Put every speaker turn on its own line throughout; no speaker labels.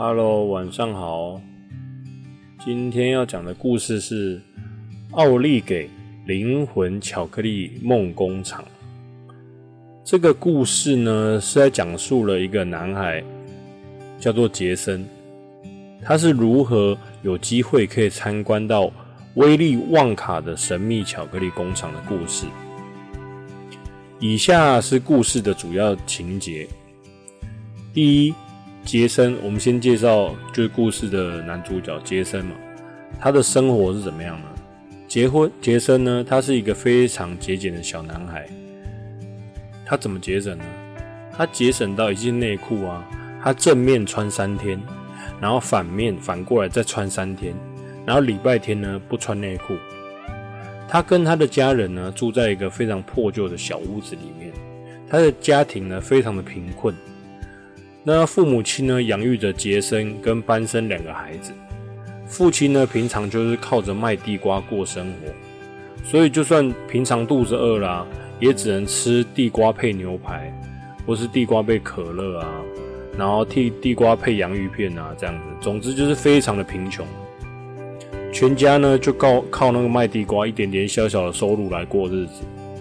Hello， 晚上好。今天要讲的故事是奥利给灵魂巧克力梦工厂。这个故事呢，是在讲述了一个男孩叫做杰森，他是如何有机会可以参观到威利旺卡的神秘巧克力工厂的故事。以下是故事的主要情节。第一，杰森，我们先介绍就是故事的男主角杰森嘛，他的生活是怎么样呢？杰森呢，他是一个非常节俭的小男孩。他怎么节省呢？他节省到一件内裤啊，他正面穿3天，然后反过来再穿3天，然后礼拜天呢不穿内裤。他跟他的家人呢住在一个非常破旧的小屋子里面，他的家庭呢非常的贫困。那父母亲呢养育着杰森跟班森2个孩子，父亲呢平常就是靠着卖地瓜过生活，所以就算平常肚子饿啦，也只能吃地瓜配牛排，或是地瓜配可乐啊，然后地瓜配洋芋片啊，这样子，总之就是非常的贫穷。全家呢就靠那个卖地瓜一点点小小的收入来过日子。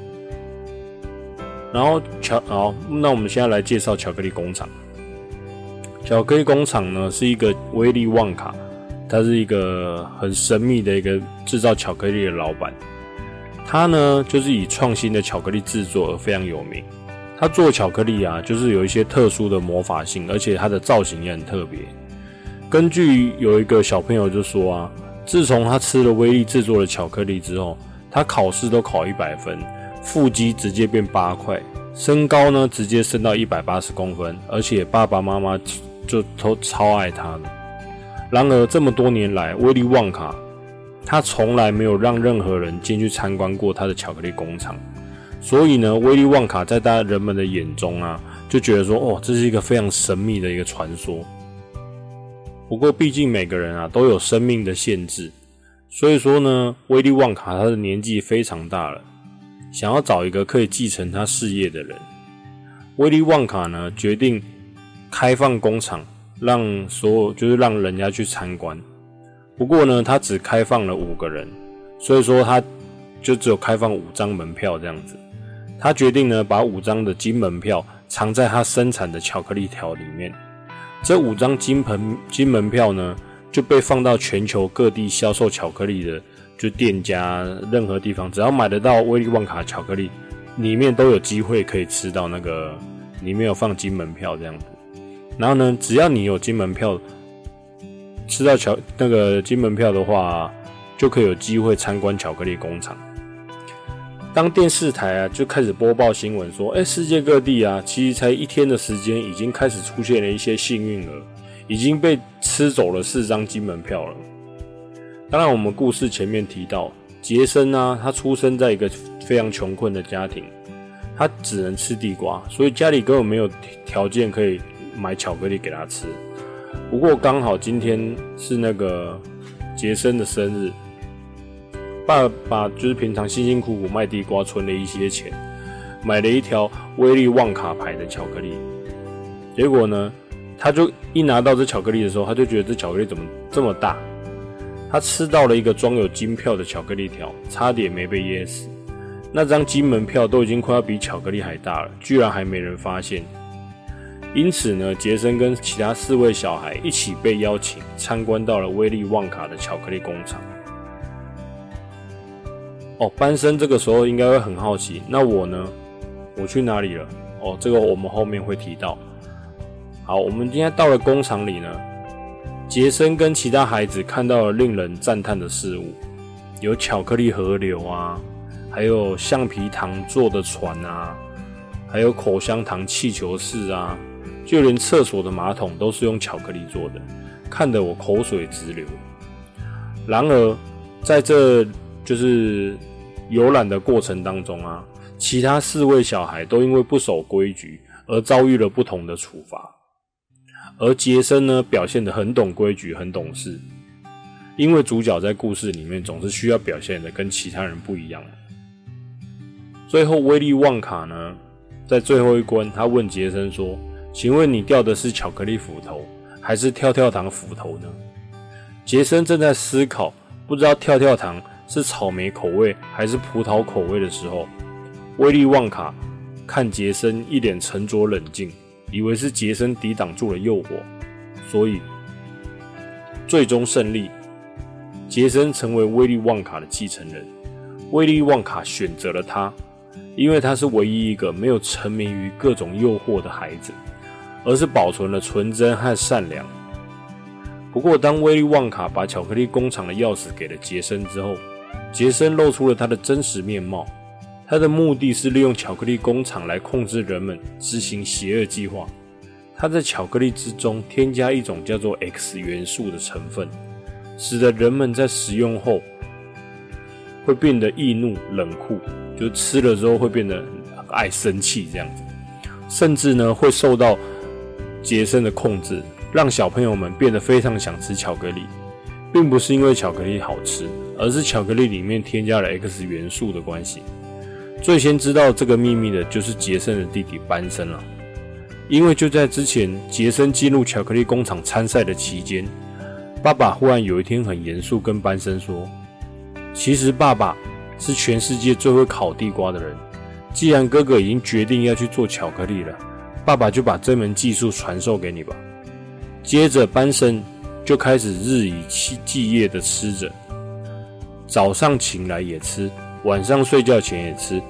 然后好，那我们现在来介绍巧克力工厂。巧克力工厂呢是一个威利旺卡，他是一个很神秘的一个制造巧克力的老板。他呢就是以创新的巧克力制作而非常有名。他做巧克力啊，就是有一些特殊的魔法性，而且它的造型也很特别。根据有一个小朋友就说啊，自从他吃了威利制作的巧克力之后，他考试都考100分，腹肌直接变8块，身高呢直接升到180公分，而且爸爸妈妈就都超爱他的。然而这么多年来，威利旺卡他从来没有让任何人进去参观过他的巧克力工厂，所以呢，威利旺卡在大家人们的眼中啊，就觉得说，这是一个非常神秘的一个传说。不过毕竟每个人啊都有生命的限制，所以说呢，威利旺卡他的年纪非常大了，想要找一个可以继承他事业的人。威利旺卡呢决定开放工厂，让人家去参观。不过呢，他只开放了5个人，所以说他就只有开放5张门票这样子。他决定呢把5张的金门票藏在他生产的巧克力条里面。这5张金门票呢，就被放到全球各地销售巧克力的就店家，任何地方只要买得到威利旺卡巧克力，里面都有机会可以吃到那个里面有放金门票这样子。然后呢，只要你有金门票，吃到那个金门票的话，就可以有机会参观巧克力工厂。当电视台啊就开始播报新闻说，世界各地啊，其实才1天的时间，已经开始出现了一些幸运儿，已经被吃走了4张金门票了。当然，我们故事前面提到，杰森啊，他出生在一个非常穷困的家庭，他只能吃地瓜，所以家里根本没有条件可以买巧克力给他吃。不过刚好今天是那个杰森的生日，爸爸就是平常辛辛苦苦卖地瓜存了一些钱，买了一条威利旺卡牌的巧克力。结果呢，他就一拿到这巧克力的时候，他就觉得这巧克力怎么这么大。他吃到了一个装有金票的巧克力条，差点没被噎死。那张金门票都已经快要比巧克力还大了，居然还没人发现。因此呢，杰森跟其他4位小孩一起被邀请参观到了威利旺卡的巧克力工厂。班森这个时候应该会很好奇，那我呢？我去哪里了？这个我们后面会提到。好，我们今天到了工厂里呢，杰森跟其他孩子看到了令人赞叹的事物，有巧克力河流啊，还有橡皮糖做的船啊，还有口香糖气球室啊，就连厕所的马桶都是用巧克力做的，看得我口水直流。然而，在这就是游览的过程当中啊，其他4位小孩都因为不守规矩而遭遇了不同的处罚。而杰森呢，表现得很懂规矩，很懂事。因为主角在故事里面总是需要表现的跟其他人不一样。最后威利旺卡呢，在最后一关他问杰森说，请问你掉的是巧克力斧头还是跳跳糖斧头呢？杰森正在思考，不知道跳跳糖是草莓口味还是葡萄口味的时候，威利旺卡看杰森一脸沉着冷静，以为是杰森抵挡住了诱惑，所以最终胜利，杰森成为威利旺卡的继承人。威利旺卡选择了他，因为他是唯一一个没有沉迷于各种诱惑的孩子，而是保存了纯真和善良。不过当威利旺卡把巧克力工厂的钥匙给了杰森之后，杰森露出了他的真实面貌。他的目的是利用巧克力工厂来控制人们，执行邪恶计划。他在巧克力之中添加一种叫做 X 元素的成分，使得人们在食用后会变得易怒冷酷，就吃了之后会变得很爱生气这样子，甚至呢会受到杰森的控制，让小朋友们变得非常想吃巧克力，并不是因为巧克力好吃，而是巧克力里面添加了 X 元素的关系。最先知道这个秘密的就是杰森的弟弟班森了，因为就在之前杰森进入巧克力工厂参赛的期间，爸爸忽然有一天很严肃跟班森说，其实爸爸是全世界最会烤地瓜的人，既然哥哥已经决定要去做巧克力了，爸爸就把这门技术传授给你吧。接着班森就开始日以继夜的吃着，早上醒来也吃，晚上睡觉前也吃，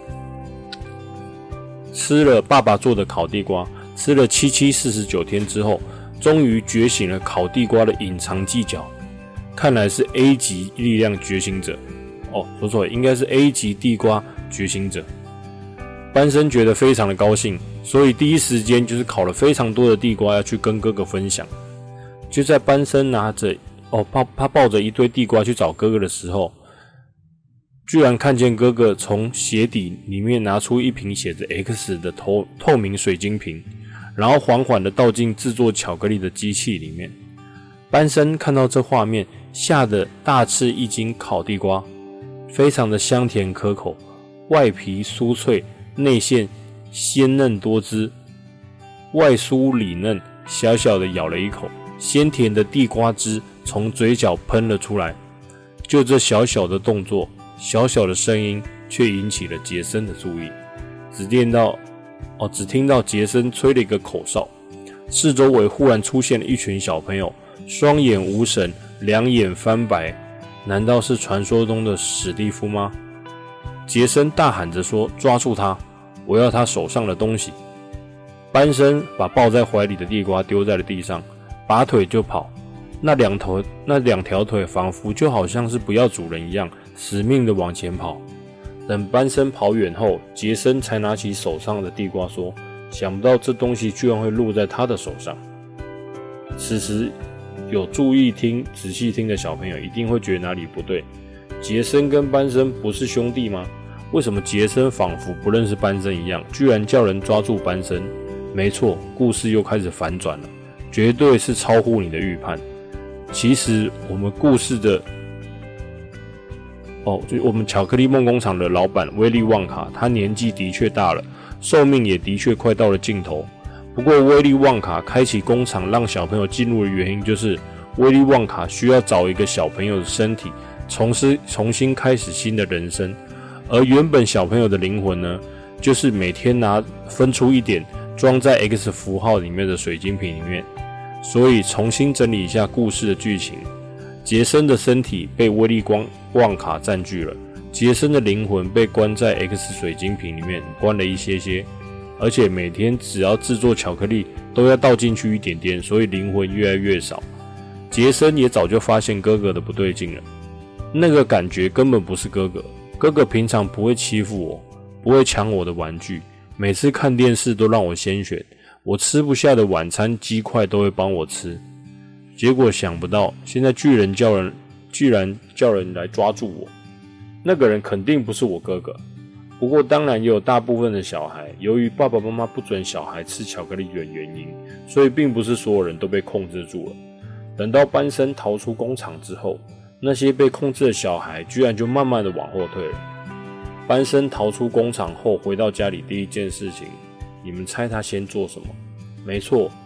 吃了爸爸做的烤地瓜，吃了49天之后，终于觉醒了烤地瓜的隐藏技巧，看来是 A 级力量觉醒者。说错了，应该是 A 级地瓜觉醒者。班森觉得非常的高兴，所以第一时间就是烤了非常多的地瓜要去跟哥哥分享。就在班森拿着他抱着一堆地瓜去找哥哥的时候，居然看见哥哥从鞋底里面拿出一瓶写着 X 的透明水晶瓶，然后缓缓地倒进制作巧克力的机器里面。班森看到这画面，吓得大吃一惊。烤地瓜非常的香甜可口，外皮酥脆，内馅鲜嫩多汁，外酥里嫩，小小的咬了一口，鲜甜的地瓜汁从嘴角喷了出来。就这小小的动作，小小的声音却引起了杰森的注意。只听到杰森吹了一个口哨，四周围忽然出现了一群小朋友，双眼无神，两眼翻白。难道是传说中的史蒂夫吗？杰森大喊着说，抓住他，我要他手上的东西。班森把抱在怀里的地瓜丢在了地上，拔腿就跑。那两条腿仿佛就好像是不要主人一样，死命的往前跑。等班森跑远后，杰森才拿起手上的地瓜说，想不到这东西居然会落在他的手上。此时有仔细听的小朋友一定会觉得哪里不对，杰森跟班森不是兄弟吗？为什么杰森仿佛不认识班森一样，居然叫人抓住班森？没错，故事又开始反转了，绝对是超乎你的预判。其实我们故事的就我们巧克力梦工厂的老板威利旺卡，他年纪的确大了，寿命也的确快到了尽头。不过威利旺卡开启工厂让小朋友进入的原因，就是威利旺卡需要找一个小朋友的身体，重新开始新的人生。而原本小朋友的灵魂呢，就是每天分出一点装在 X 符号里面的水晶瓶里面。所以重新整理一下故事的剧情，杰森的身体被威利旺卡占据了，杰森的灵魂被关在 X 水晶瓶里面，关了一些，而且每天只要制作巧克力都要倒进去一点点，所以灵魂越来越少。杰森也早就发现哥哥的不对劲了，那个感觉根本不是哥哥平常不会欺负我，不会抢我的玩具，每次看电视都让我先选，我吃不下的晚餐鸡块都会帮我吃。结果想不到现在居然叫人来抓住我，那个人肯定不是我哥哥。不过当然也有大部分的小孩，由于爸爸妈妈不准小孩吃巧克力的原因，所以并不是所有人都被控制住了。等到班森逃出工厂之后，那些被控制的小孩居然就慢慢的往后退了。班森逃出工厂后回到家里，第一件事情，你们猜他先做什么？没错，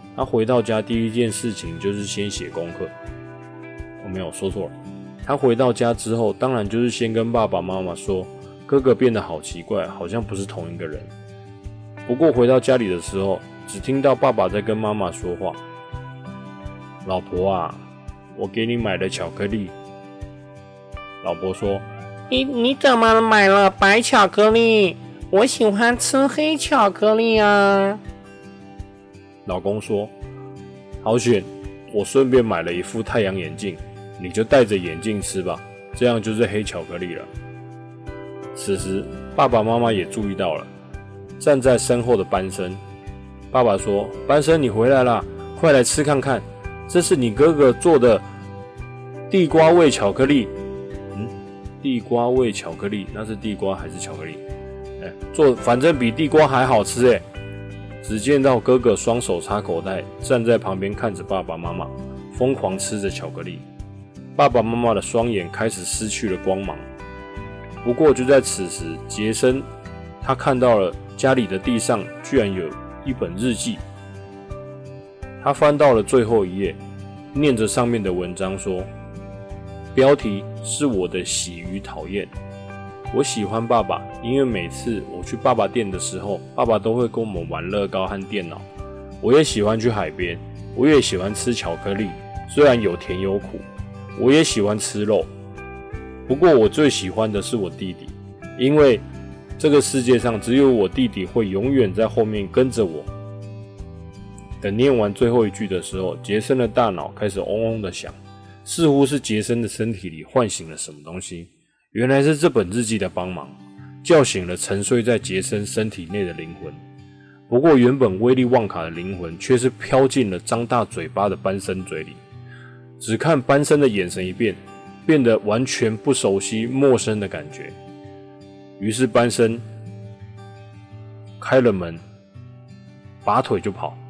他回到家第一件事情就是先写功课。我没有说错了，他回到家之后，当然就是先跟爸爸妈妈说，哥哥变得好奇怪，好像不是同一个人。不过回到家里的时候，只听到爸爸在跟妈妈说话：“老婆啊，我给你买了巧克力。”老婆说：“
你怎么买了白巧克力？我喜欢吃黑巧克力啊。”
老公说：“好选，我顺便买了一副太阳眼镜，你就戴着眼镜吃吧，这样就是黑巧克力了。”此时爸爸妈妈也注意到了站在身后的班森。爸爸说：“班森，你回来啦，快来吃看看，这是你哥哥做的地瓜味巧克力。”地瓜味巧克力，那是地瓜还是巧克力？反正比地瓜还好吃诶。只见到哥哥双手插口袋，站在旁边看着爸爸妈妈疯狂吃着巧克力。爸爸妈妈的双眼开始失去了光芒。不过就在此时，杰森他看到了家里的地上居然有一本日记。他翻到了最后一页，念着上面的文章说：“标题是我的喜与讨厌。我喜欢爸爸，因为每次我去爸爸店的时候，爸爸都会跟我们玩乐高和电脑。我也喜欢去海边，我也喜欢吃巧克力，虽然有甜有苦。我也喜欢吃肉。不过我最喜欢的是我弟弟，因为这个世界上只有我弟弟会永远在后面跟着我。”等念完最后一句的时候，杰森的大脑开始嗡嗡的响，似乎是杰森的身体里唤醒了什么东西。原来是这本日记的帮忙，叫醒了沉睡在杰森身体内的灵魂。不过原本威利旺卡的灵魂却是飘进了张大嘴巴的班森嘴里。只看班森的眼神一变，变得完全不熟悉陌生的感觉。于是班森开了门，拔腿就跑。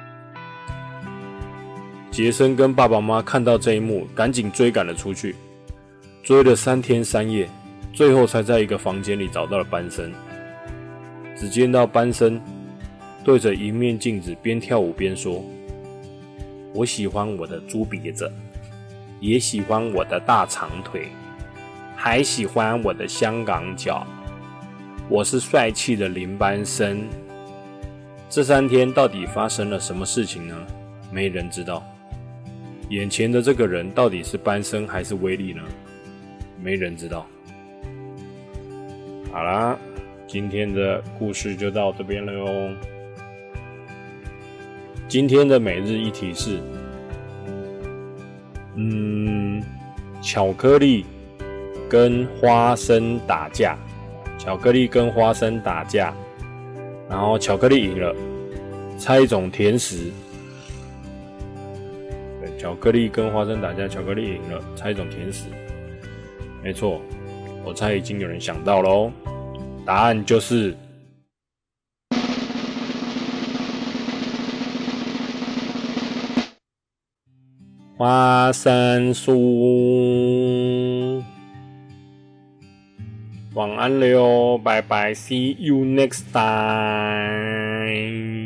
杰森跟爸爸妈妈看到这一幕，赶紧追赶了出去，追了3天3夜，最后才在一个房间里找到了班森。只见到班森对着一面镜子边跳舞边说：“我喜欢我的猪鼻子，也喜欢我的大长腿，还喜欢我的香港脚。我是帅气的林班森。”这3天到底发生了什么事情呢？没人知道。眼前的这个人到底是班森还是威利呢？没人知道。好啦，今天的故事就到这边了哟。今天的每日一题是巧克力跟花生打架，巧克力跟花生打架，然后巧克力赢了，猜一种甜食。对，巧克力跟花生打架，巧克力赢了，猜一种甜食。没错，我猜已经有人想到了哦，答案就是花生酥。晚安了哟，拜拜 ，See you next time。